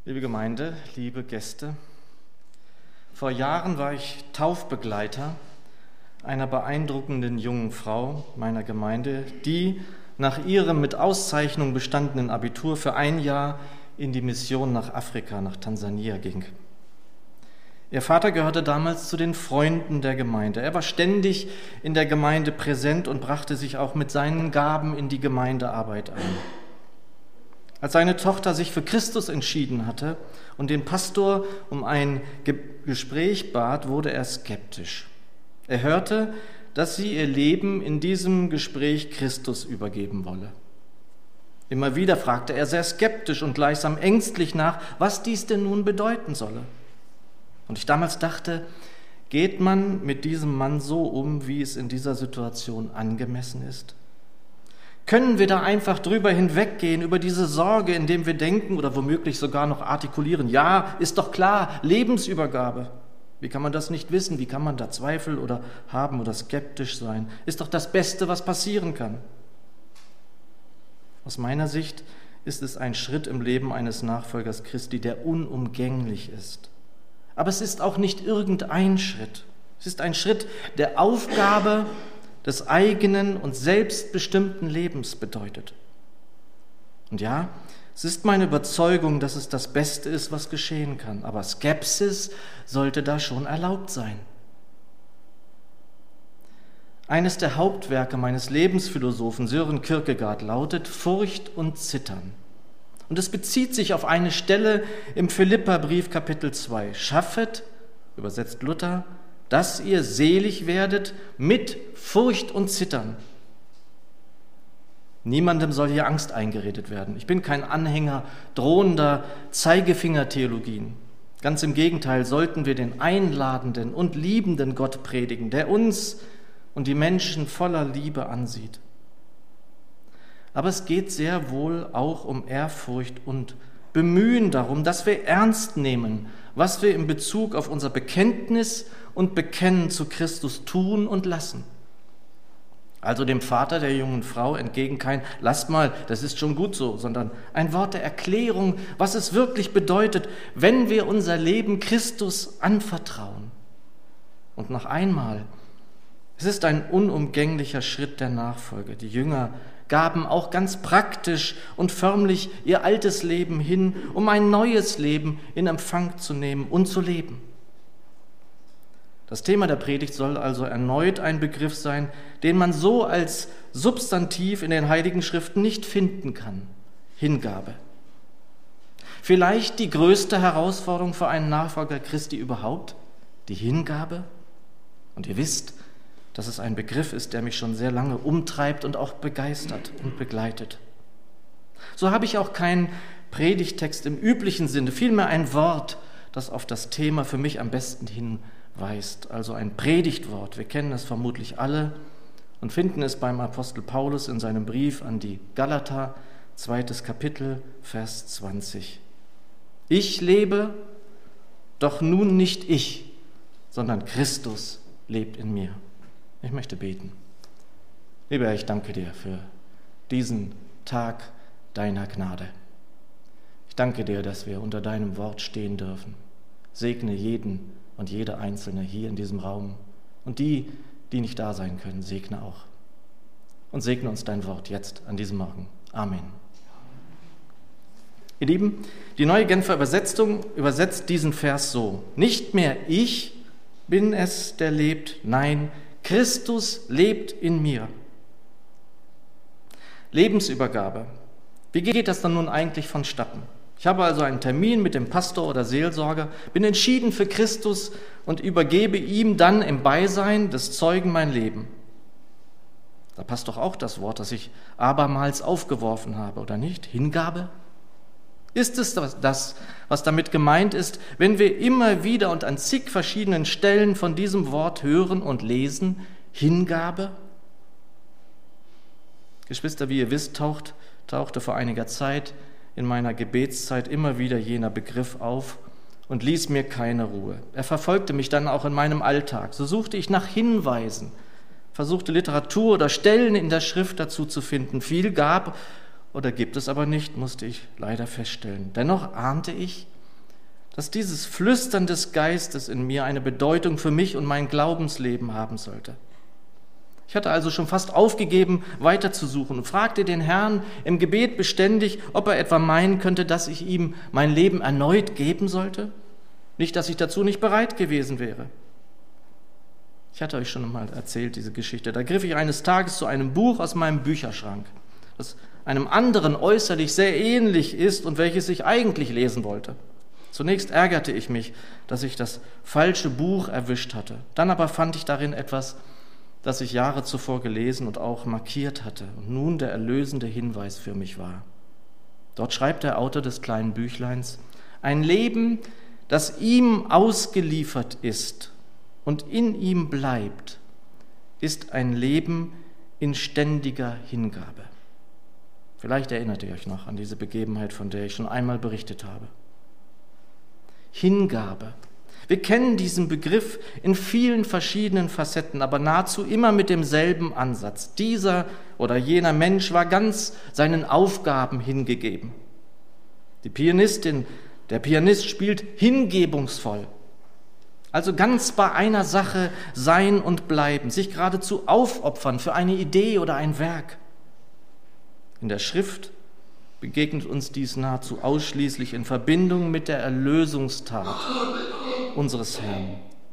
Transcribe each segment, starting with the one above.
Liebe Gemeinde, liebe Gäste, vor Jahren war ich Taufbegleiter einer beeindruckenden jungen Frau meiner Gemeinde, die nach ihrem mit Auszeichnung bestandenen Abitur für ein Jahr in die Mission nach Afrika, nach Tansania ging. Ihr Vater gehörte damals zu den Freunden der Gemeinde. Er war ständig in der Gemeinde präsent und brachte sich auch mit seinen Gaben in die Gemeindearbeit ein. Als seine Tochter sich für Christus entschieden hatte und den Pastor um ein Gespräch bat, wurde er skeptisch. Er hörte, dass sie ihr Leben in diesem Gespräch Christus übergeben wolle. Immer wieder fragte er sehr skeptisch und gleichsam ängstlich nach, was dies denn nun bedeuten solle. Und ich damals dachte, geht man mit diesem Mann so um, wie es in dieser Situation angemessen ist? Können wir da einfach drüber hinweggehen, über diese Sorge, indem wir denken oder womöglich sogar noch artikulieren, ja, ist doch klar, Lebensübergabe. Wie kann man das nicht wissen? Wie kann man da Zweifel oder haben oder skeptisch sein? Ist doch das Beste, was passieren kann. Aus meiner Sicht ist es ein Schritt im Leben eines Nachfolgers Christi, der unumgänglich ist. Aber es ist auch nicht irgendein Schritt. Es ist ein Schritt der Aufgabe des eigenen und selbstbestimmten Lebens bedeutet. Und ja, es ist meine Überzeugung, dass es das Beste ist, was geschehen kann. Aber Skepsis sollte da schon erlaubt sein. Eines der Hauptwerke meines Lebensphilosophen Sören Kierkegaard lautet Furcht und Zittern. Und es bezieht sich auf eine Stelle im Philipperbrief Kapitel 2. Schaffet, übersetzt Luther, dass ihr selig werdet mit Furcht und Zittern. Niemandem soll hier Angst eingeredet werden. Ich bin kein Anhänger drohender Zeigefingertheologien. Ganz im Gegenteil sollten wir den einladenden und liebenden Gott predigen, der uns und die Menschen voller Liebe ansieht. Aber es geht sehr wohl auch um Ehrfurcht und Bemühen darum, dass wir ernst nehmen, was wir in Bezug auf unser Bekenntnis und Bekennen zu Christus tun und lassen. Also dem Vater der jungen Frau entgegen kein "Lasst mal, das ist schon gut so", sondern ein Wort der Erklärung, was es wirklich bedeutet, wenn wir unser Leben Christus anvertrauen. Und noch einmal, es ist ein unumgänglicher Schritt der Nachfolge. Die Jünger gaben auch ganz praktisch und förmlich ihr altes Leben hin, um ein neues Leben in Empfang zu nehmen und zu leben. Das Thema der Predigt soll also erneut ein Begriff sein, den man so als Substantiv in den Heiligen Schriften nicht finden kann: Hingabe. Vielleicht die größte Herausforderung für einen Nachfolger Christi überhaupt, die Hingabe. Und ihr wisst, dass es ein Begriff ist, der mich schon sehr lange umtreibt und auch begeistert und begleitet. So habe ich auch keinen Predigtext im üblichen Sinne, vielmehr ein Wort, das auf das Thema für mich am besten hinweist, also ein Predigtwort. Wir kennen es vermutlich alle und finden es beim Apostel Paulus in seinem Brief an die Galater, 2. Kapitel, Vers 20. Ich lebe, doch nun nicht ich, sondern Christus lebt in mir. Ich möchte beten. Lieber Herr, ich danke dir für diesen Tag deiner Gnade. Ich danke dir, dass wir unter deinem Wort stehen dürfen. Segne jeden und jede Einzelne hier in diesem Raum und die, die nicht da sein können, segne auch. Und segne uns dein Wort jetzt an diesem Morgen. Amen. Ihr Lieben, die Neue Genfer Übersetzung übersetzt diesen Vers so: Nicht mehr ich bin es, der lebt, nein, Christus lebt in mir. Lebensübergabe. Wie geht das dann nun eigentlich vonstatten? Ich habe also einen Termin mit dem Pastor oder Seelsorger, bin entschieden für Christus und übergebe ihm dann im Beisein des Zeugen mein Leben. Da passt doch auch das Wort, das ich abermals aufgeworfen habe, oder nicht? Hingabe? Ist es das, was damit gemeint ist, wenn wir immer wieder und an zig verschiedenen Stellen von diesem Wort hören und lesen? Hingabe? Geschwister, wie ihr wisst, tauchte vor einiger Zeit in meiner Gebetszeit immer wieder jener Begriff auf und ließ mir keine Ruhe. Er verfolgte mich dann auch in meinem Alltag. So suchte ich nach Hinweisen, versuchte Literatur oder Stellen in der Schrift dazu zu finden. Viel gab oder gibt es aber nicht, musste ich leider feststellen. Dennoch ahnte ich, dass dieses Flüstern des Geistes in mir eine Bedeutung für mich und mein Glaubensleben haben sollte. Ich hatte also schon fast aufgegeben, weiterzusuchen und fragte den Herrn im Gebet beständig, ob er etwa meinen könnte, dass ich ihm mein Leben erneut geben sollte. Nicht, dass ich dazu nicht bereit gewesen wäre. Ich hatte euch schon einmal erzählt, diese Geschichte. Da griff ich eines Tages zu einem Buch aus meinem Bücherschrank, das einem anderen äußerlich sehr ähnlich ist und welches ich eigentlich lesen wollte. Zunächst ärgerte ich mich, dass ich das falsche Buch erwischt hatte. Dann aber fand ich darin etwas, das ich Jahre zuvor gelesen und auch markiert hatte und nun der erlösende Hinweis für mich war. Dort schreibt der Autor des kleinen Büchleins: Ein Leben, das ihm ausgeliefert ist und in ihm bleibt, ist ein Leben in ständiger Hingabe. Vielleicht erinnert ihr euch noch an diese Begebenheit, von der ich schon einmal berichtet habe. Hingabe. Wir kennen diesen Begriff in vielen verschiedenen Facetten, aber nahezu immer mit demselben Ansatz. Dieser oder jener Mensch war ganz seinen Aufgaben hingegeben. Die Pianistin, der Pianist spielt hingebungsvoll. Also ganz bei einer Sache sein und bleiben, sich geradezu aufopfern für eine Idee oder ein Werk. In der Schrift begegnet uns dies nahezu ausschließlich in Verbindung mit der Erlösungstat unseres Herrn.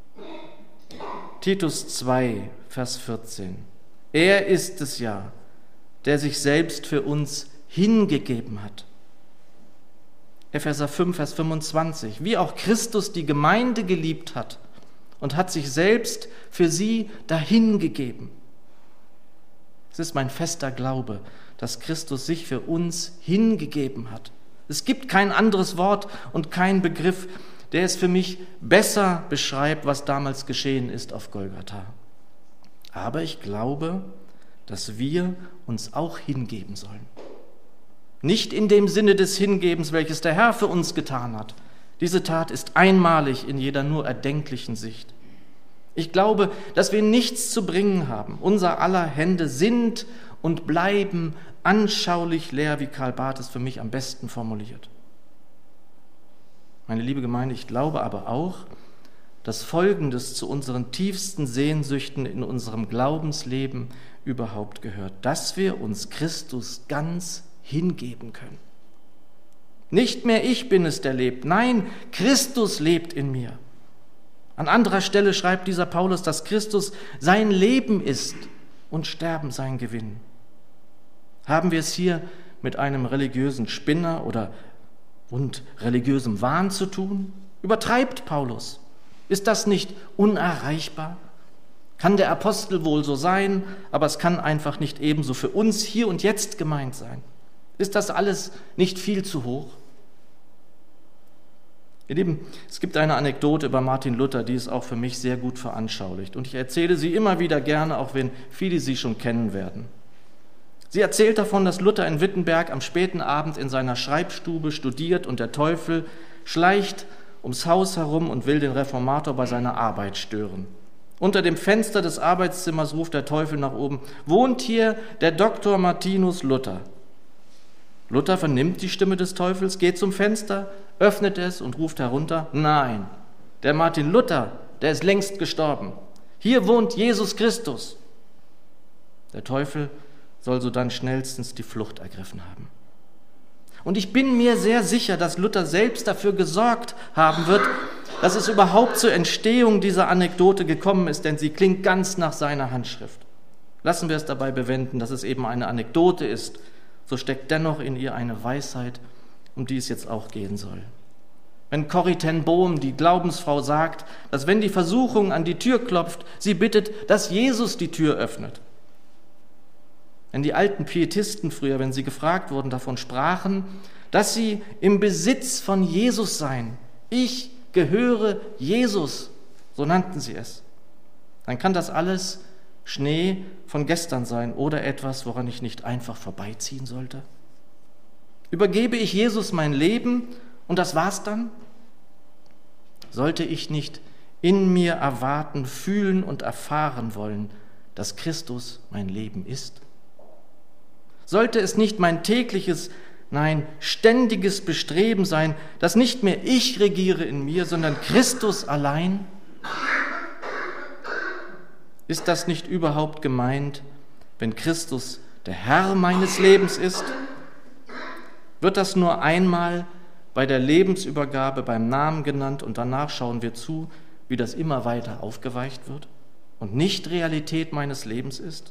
Titus 2, Vers 14. Er ist es ja, der sich selbst für uns hingegeben hat. Epheser 5, Vers 25. Wie auch Christus die Gemeinde geliebt hat und hat sich selbst für sie dahingegeben. Es ist mein fester Glaube, dass Christus sich für uns hingegeben hat. Es gibt kein anderes Wort und kein Begriff, der es für mich besser beschreibt, was damals geschehen ist auf Golgatha. Aber ich glaube, dass wir uns auch hingeben sollen. Nicht in dem Sinne des Hingebens, welches der Herr für uns getan hat. Diese Tat ist einmalig in jeder nur erdenklichen Sicht. Ich glaube, dass wir nichts zu bringen haben. Unser aller Hände sind und bleiben anschaulich leer, wie Karl Barth es für mich am besten formuliert. Meine liebe Gemeinde, ich glaube aber auch, dass Folgendes zu unseren tiefsten Sehnsüchten in unserem Glaubensleben überhaupt gehört, dass wir uns Christus ganz hingeben können. Nicht mehr ich bin es, der lebt, nein, Christus lebt in mir. An anderer Stelle schreibt dieser Paulus, dass Christus sein Leben ist und Sterben sein Gewinn. Haben wir es hier mit einem religiösen Spinner und religiösem Wahn zu tun? Übertreibt Paulus? Ist das nicht unerreichbar? Kann der Apostel wohl so sein, aber es kann einfach nicht ebenso für uns hier und jetzt gemeint sein. Ist das alles nicht viel zu hoch? Ihr Lieben, es gibt eine Anekdote über Martin Luther, die es auch für mich sehr gut veranschaulicht. Und ich erzähle sie immer wieder gerne, auch wenn viele sie schon kennen werden. Sie erzählt davon, dass Luther in Wittenberg am späten Abend in seiner Schreibstube studiert und der Teufel schleicht ums Haus herum und will den Reformator bei seiner Arbeit stören. Unter dem Fenster des Arbeitszimmers ruft der Teufel nach oben: Wohnt hier der Dr. Martinus Luther? Luther vernimmt die Stimme des Teufels, geht zum Fenster, öffnet es und ruft herunter: Nein, der Martin Luther, der ist längst gestorben. Hier wohnt Jesus Christus. Der Teufel soll sodann schnellstens die Flucht ergriffen haben. Und ich bin mir sehr sicher, dass Luther selbst dafür gesorgt haben wird, dass es überhaupt zur Entstehung dieser Anekdote gekommen ist, denn sie klingt ganz nach seiner Handschrift. Lassen wir es dabei bewenden, dass es eben eine Anekdote ist, so steckt dennoch in ihr eine Weisheit, um die es jetzt auch gehen soll. Wenn Corrie ten Boom, die Glaubensfrau, sagt, dass wenn die Versuchung an die Tür klopft, sie bittet, dass Jesus die Tür öffnet. Wenn die alten Pietisten früher, wenn sie gefragt wurden, davon sprachen, dass sie im Besitz von Jesus seien. Ich gehöre Jesus, so nannten sie es. Dann kann das alles Schnee von gestern sein oder etwas, woran ich nicht einfach vorbeiziehen sollte. Übergebe ich Jesus mein Leben und das war's dann? Sollte ich nicht in mir erwarten, fühlen und erfahren wollen, dass Christus mein Leben ist? Sollte es nicht mein tägliches Nein, ständiges Bestreben sein, dass nicht mehr ich regiere in mir, sondern Christus allein? Ist das nicht überhaupt gemeint, wenn Christus der Herr meines Lebens ist? Wird das nur einmal bei der Lebensübergabe beim Namen genannt und danach schauen wir zu, wie das immer weiter aufgeweicht wird und nicht Realität meines Lebens ist?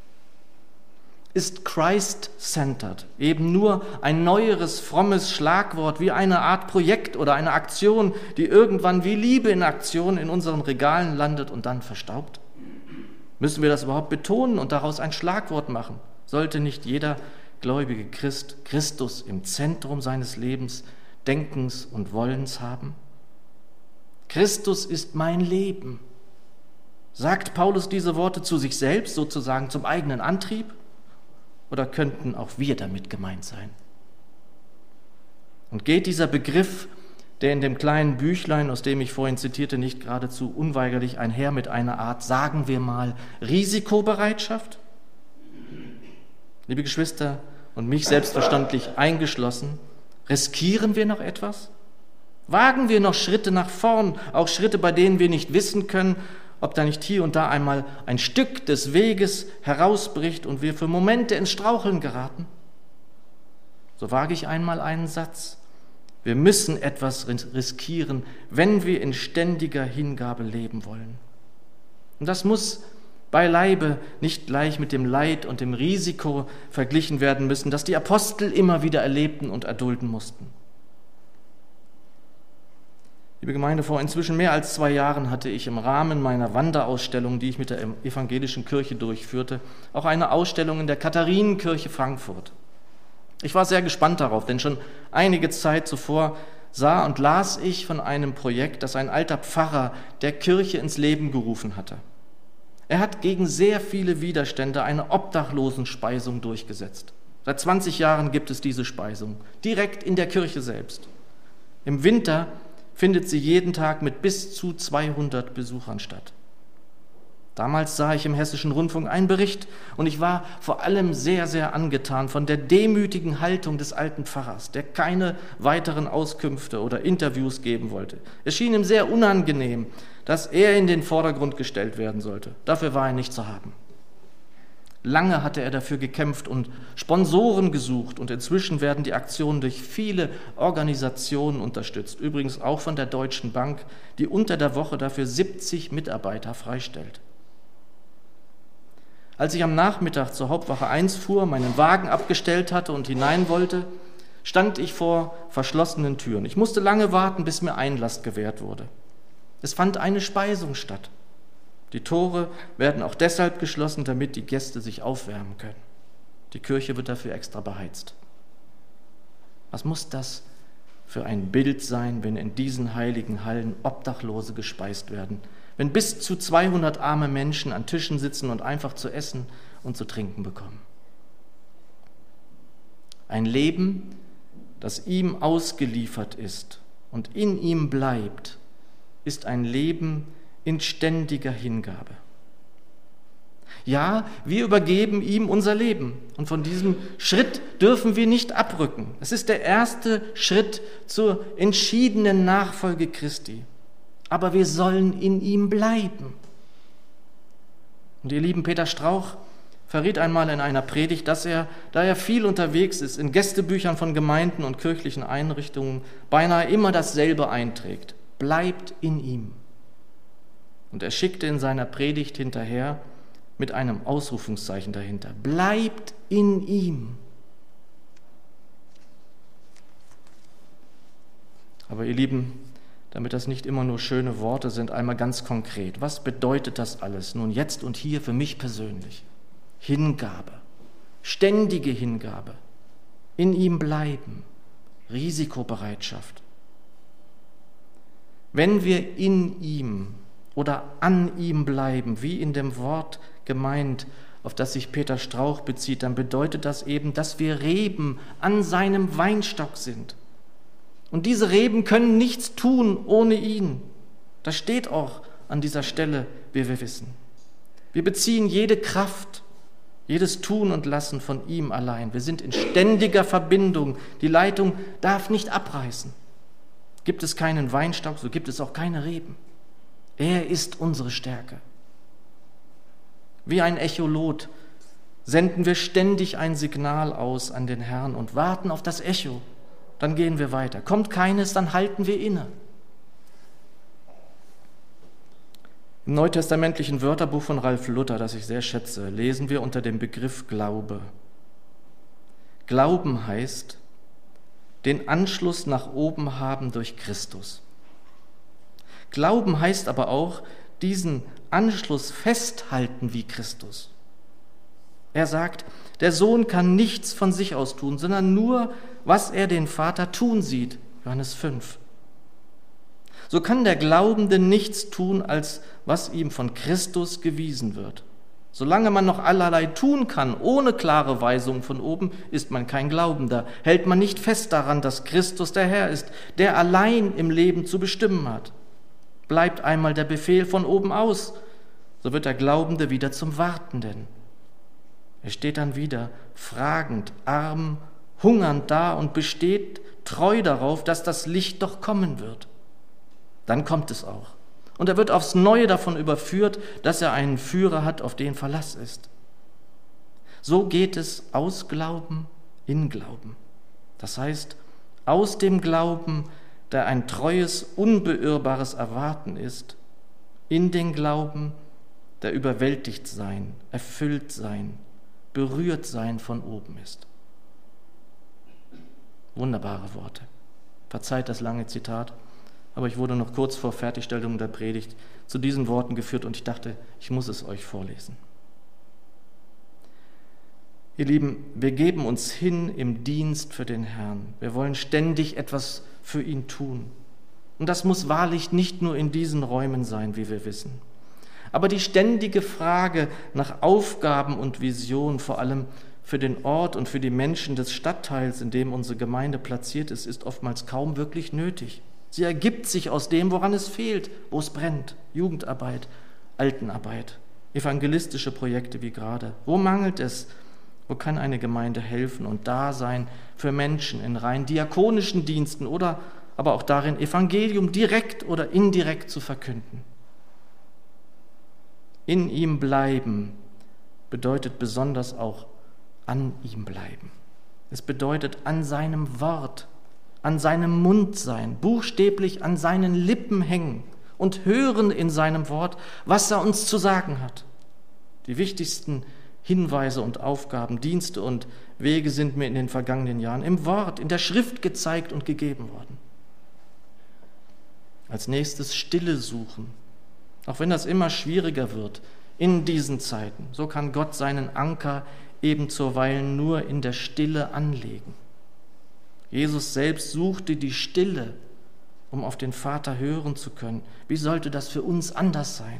Ist Christ-centered eben nur ein neueres, frommes Schlagwort wie eine Art Projekt oder eine Aktion, die irgendwann wie Liebe in Aktion in unseren Regalen landet und dann verstaubt? Müssen wir das überhaupt betonen und daraus ein Schlagwort machen? Sollte nicht jeder gläubige Christ Christus im Zentrum seines Lebens, Denkens und Wollens haben? Christus ist mein Leben. Sagt Paulus diese Worte zu sich selbst, sozusagen zum eigenen Antrieb? Oder könnten auch wir damit gemeint sein? Und geht dieser Begriff, der in dem kleinen Büchlein, aus dem ich vorhin zitierte, nicht geradezu unweigerlich einher mit einer Art, sagen wir mal, Risikobereitschaft? Liebe Geschwister und mich selbstverständlich eingeschlossen, riskieren wir noch etwas? Wagen wir noch Schritte nach vorn, auch Schritte, bei denen wir nicht wissen können, ob da nicht hier und da einmal ein Stück des Weges herausbricht und wir für Momente ins Straucheln geraten? So wage ich einmal einen Satz. Wir müssen etwas riskieren, wenn wir in ständiger Hingabe leben wollen. Und das muss beileibe nicht gleich mit dem Leid und dem Risiko verglichen werden müssen, das die Apostel immer wieder erlebten und erdulden mussten. Liebe Gemeinde, vor inzwischen mehr als 2 Jahren hatte ich im Rahmen meiner Wanderausstellung, die ich mit der evangelischen Kirche durchführte, auch eine Ausstellung in der Katharinenkirche Frankfurt. Ich war sehr gespannt darauf, denn schon einige Zeit zuvor sah und las ich von einem Projekt, das ein alter Pfarrer der Kirche ins Leben gerufen hatte. Er hat gegen sehr viele Widerstände eine Obdachlosenspeisung durchgesetzt. Seit 20 Jahren gibt es diese Speisung, direkt in der Kirche selbst. Im Winter findet sie jeden Tag mit bis zu 200 Besuchern statt. Damals sah ich im Hessischen Rundfunk einen Bericht und ich war vor allem sehr, sehr angetan von der demütigen Haltung des alten Pfarrers, der keine weiteren Auskünfte oder Interviews geben wollte. Es schien ihm sehr unangenehm, dass er in den Vordergrund gestellt werden sollte. Dafür war er nicht zu haben. Lange hatte er dafür gekämpft und Sponsoren gesucht und inzwischen werden die Aktionen durch viele Organisationen unterstützt, übrigens auch von der Deutschen Bank, die unter der Woche dafür 70 Mitarbeiter freistellt. Als ich am Nachmittag zur Hauptwache 1 fuhr, meinen Wagen abgestellt hatte und hinein wollte, stand ich vor verschlossenen Türen. Ich musste lange warten, bis mir Einlass gewährt wurde. Es fand eine Speisung statt. Die Tore werden auch deshalb geschlossen, damit die Gäste sich aufwärmen können. Die Kirche wird dafür extra beheizt. Was muss das für ein Bild sein, wenn in diesen heiligen Hallen Obdachlose gespeist werden, wenn bis zu 200 arme Menschen an Tischen sitzen und einfach zu essen und zu trinken bekommen? Ein Leben, das ihm ausgeliefert ist und in ihm bleibt, ist ein Leben in ständiger Hingabe. Ja, wir übergeben ihm unser Leben und von diesem Schritt dürfen wir nicht abrücken. Es ist der erste Schritt zur entschiedenen Nachfolge Christi. Aber wir sollen in ihm bleiben. Und ihr lieben, Peter Strauch verriet einmal in einer Predigt, dass er, da er viel unterwegs ist, in Gästebüchern von Gemeinden und kirchlichen Einrichtungen beinahe immer dasselbe einträgt. Bleibt in ihm. Und er schickte in seiner Predigt hinterher mit einem Ausrufungszeichen dahinter: Bleibt in ihm. Aber ihr Lieben, damit das nicht immer nur schöne Worte sind, einmal ganz konkret. Was bedeutet das alles nun jetzt und hier für mich persönlich? Hingabe, ständige Hingabe, in ihm bleiben, Risikobereitschaft. Wenn wir in ihm oder an ihm bleiben, wie in dem Wort gemeint, auf das sich Peter Strauch bezieht, dann bedeutet das eben, dass wir Reben an seinem Weinstock sind. Und diese Reben können nichts tun ohne ihn. Das steht auch an dieser Stelle, wie wir wissen. Wir beziehen jede Kraft, Jedes Tun und Lassen von ihm allein. Wir sind in ständiger Verbindung. Die Leitung darf nicht abreißen. Gibt es keinen Weinstock, so gibt es auch keine Reben. Er ist unsere Stärke. Wie ein Echolot senden wir ständig ein Signal aus an den Herrn und warten auf das Echo. Dann gehen wir weiter. Kommt keines, dann halten wir inne. Im neutestamentlichen Wörterbuch von Ralf Luther, das ich sehr schätze, lesen wir unter dem Begriff Glaube. Glauben heißt, den Anschluss nach oben haben durch Christus. Glauben heißt aber auch, diesen Anschluss festhalten wie Christus. Er sagt, der Sohn kann nichts von sich aus tun, sondern nur, was er den Vater tun sieht. Johannes 5. So kann der Glaubende nichts tun, als was ihm von Christus gewiesen wird. Solange man noch allerlei tun kann, ohne klare Weisung von oben, ist man kein Glaubender. Hält man nicht fest daran, dass Christus der Herr ist, der allein im Leben zu bestimmen hat. Bleibt einmal der Befehl von oben aus, so wird der Glaubende wieder zum Wartenden. Er steht dann wieder fragend, arm, hungernd da und besteht treu darauf, dass das Licht doch kommen wird. Dann kommt es auch. Und er wird aufs Neue davon überführt, dass er einen Führer hat, auf den Verlass ist. So geht es aus Glauben in Glauben. Das heißt, aus dem Glauben, der ein treues, unbeirrbares Erwarten ist, in den Glauben, der überwältigt sein, erfüllt sein, berührt sein von oben ist. Wunderbare Worte. Verzeiht das lange Zitat, aber ich wurde noch kurz vor Fertigstellung der Predigt zu diesen Worten geführt und ich dachte, ich muss es euch vorlesen. Ihr Lieben, wir geben uns hin im Dienst für den Herrn. Wir wollen ständig etwas für ihn tun. Und das muss wahrlich nicht nur in diesen Räumen sein, wie wir wissen. Aber die ständige Frage nach Aufgaben und Vision, vor allem für den Ort und für die Menschen des Stadtteils, in dem unsere Gemeinde platziert ist, ist oftmals kaum wirklich nötig. Sie ergibt sich aus dem, woran es fehlt, wo es brennt. Jugendarbeit, Altenarbeit, evangelistische Projekte wie gerade. Wo mangelt es? Wo kann eine Gemeinde helfen und da sein für Menschen in rein diakonischen Diensten oder aber auch darin, Evangelium direkt oder indirekt zu verkünden? In ihm bleiben bedeutet besonders auch an ihm bleiben. Es bedeutet an seinem Wort, an seinem Mund sein, buchstäblich an seinen Lippen hängen und hören in seinem Wort, was er uns zu sagen hat. Die wichtigsten Hinweise und Aufgaben, Dienste und Wege sind mir in den vergangenen Jahren im Wort, in der Schrift gezeigt und gegeben worden. Als nächstes Stille suchen, auch wenn das immer schwieriger wird in diesen Zeiten. So kann Gott seinen Anker eben zuweilen nur in der Stille anlegen. Jesus selbst suchte die Stille, um auf den Vater hören zu können. Wie sollte das für uns anders sein?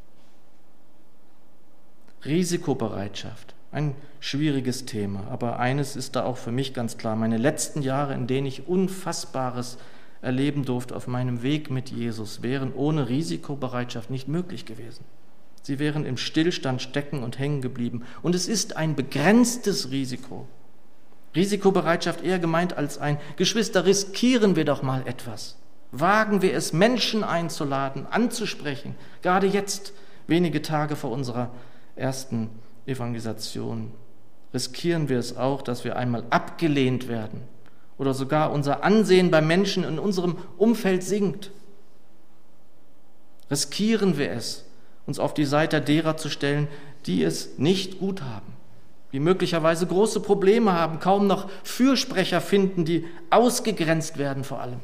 Risikobereitschaft, ein schwieriges Thema, aber eines ist da auch für mich ganz klar. Meine letzten Jahre, in denen ich Unfassbares erleben durfte auf meinem Weg mit Jesus, wären ohne Risikobereitschaft nicht möglich gewesen. Sie wären im Stillstand stecken und hängen geblieben. Und es ist ein begrenztes Risiko. Risikobereitschaft eher gemeint als ein Geschwister, riskieren wir doch mal etwas. Wagen wir es, Menschen einzuladen, anzusprechen, gerade jetzt, wenige Tage vor unserer ersten Evangelisation. Riskieren wir es auch, dass wir einmal abgelehnt werden oder sogar unser Ansehen bei Menschen in unserem Umfeld sinkt. Riskieren wir es, uns auf die Seite derer zu stellen, die es nicht gut haben, die möglicherweise große Probleme haben, kaum noch Fürsprecher finden, die ausgegrenzt werden vor allem.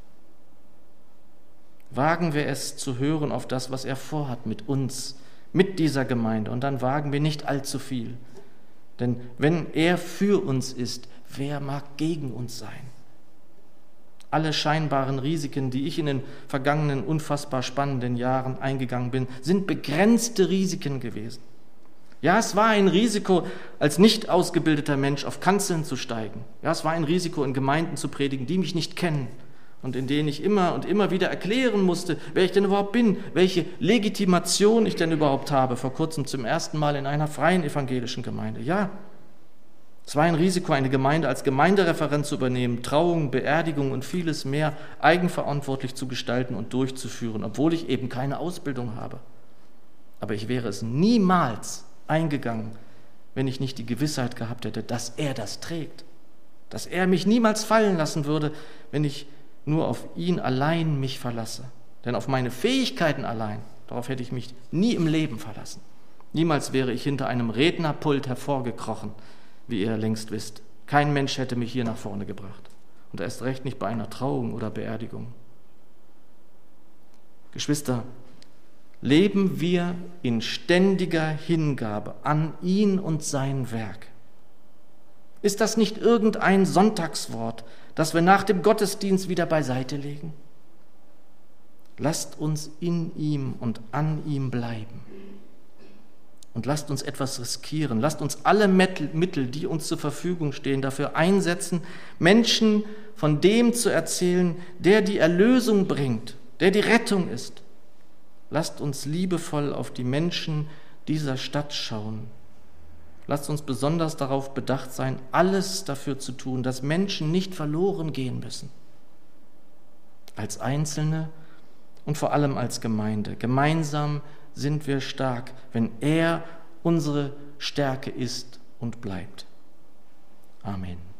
Wagen wir es zu hören auf das, was er vorhat mit uns, mit dieser Gemeinde, und dann wagen wir nicht allzu viel. Denn wenn er für uns ist, wer mag gegen uns sein? Alle scheinbaren Risiken, die ich in den vergangenen unfassbar spannenden Jahren eingegangen bin, sind begrenzte Risiken gewesen. Ja, es war ein Risiko, als nicht ausgebildeter Mensch auf Kanzeln zu steigen. Ja, es war ein Risiko, in Gemeinden zu predigen, die mich nicht kennen. und in denen ich immer und immer wieder erklären musste, wer ich denn überhaupt bin, welche Legitimation ich denn überhaupt habe, vor kurzem zum ersten Mal in einer freien evangelischen Gemeinde. Ja, es war ein Risiko, eine Gemeinde als Gemeindereferent zu übernehmen, Trauungen, Beerdigungen und vieles mehr eigenverantwortlich zu gestalten und durchzuführen, obwohl ich eben keine Ausbildung habe. Aber ich wäre es niemals eingegangen, wenn ich nicht die Gewissheit gehabt hätte, dass er das trägt, dass er mich niemals fallen lassen würde, wenn ich nur auf ihn allein mich verlasse. Denn auf meine Fähigkeiten allein, darauf hätte ich mich nie im Leben verlassen. Niemals wäre ich hinter einem Rednerpult hervorgekrochen, wie ihr längst wisst. Kein Mensch hätte mich hier nach vorne gebracht. Und erst recht nicht bei einer Trauung oder Beerdigung. Geschwister, leben wir in ständiger Hingabe an ihn und sein Werk. Ist das nicht irgendein Sonntagswort, das wir nach dem Gottesdienst wieder beiseite legen? Lasst uns in ihm und an ihm bleiben. Und lasst uns etwas riskieren. Lasst uns alle Mittel, die uns zur Verfügung stehen, dafür einsetzen, Menschen von dem zu erzählen, der die Erlösung bringt, der die Rettung ist. Lasst uns liebevoll auf die Menschen dieser Stadt schauen. Lasst uns besonders darauf bedacht sein, alles dafür zu tun, dass Menschen nicht verloren gehen müssen. Als Einzelne und vor allem als Gemeinde. Gemeinsam sind wir stark, wenn er unsere Stärke ist und bleibt. Amen.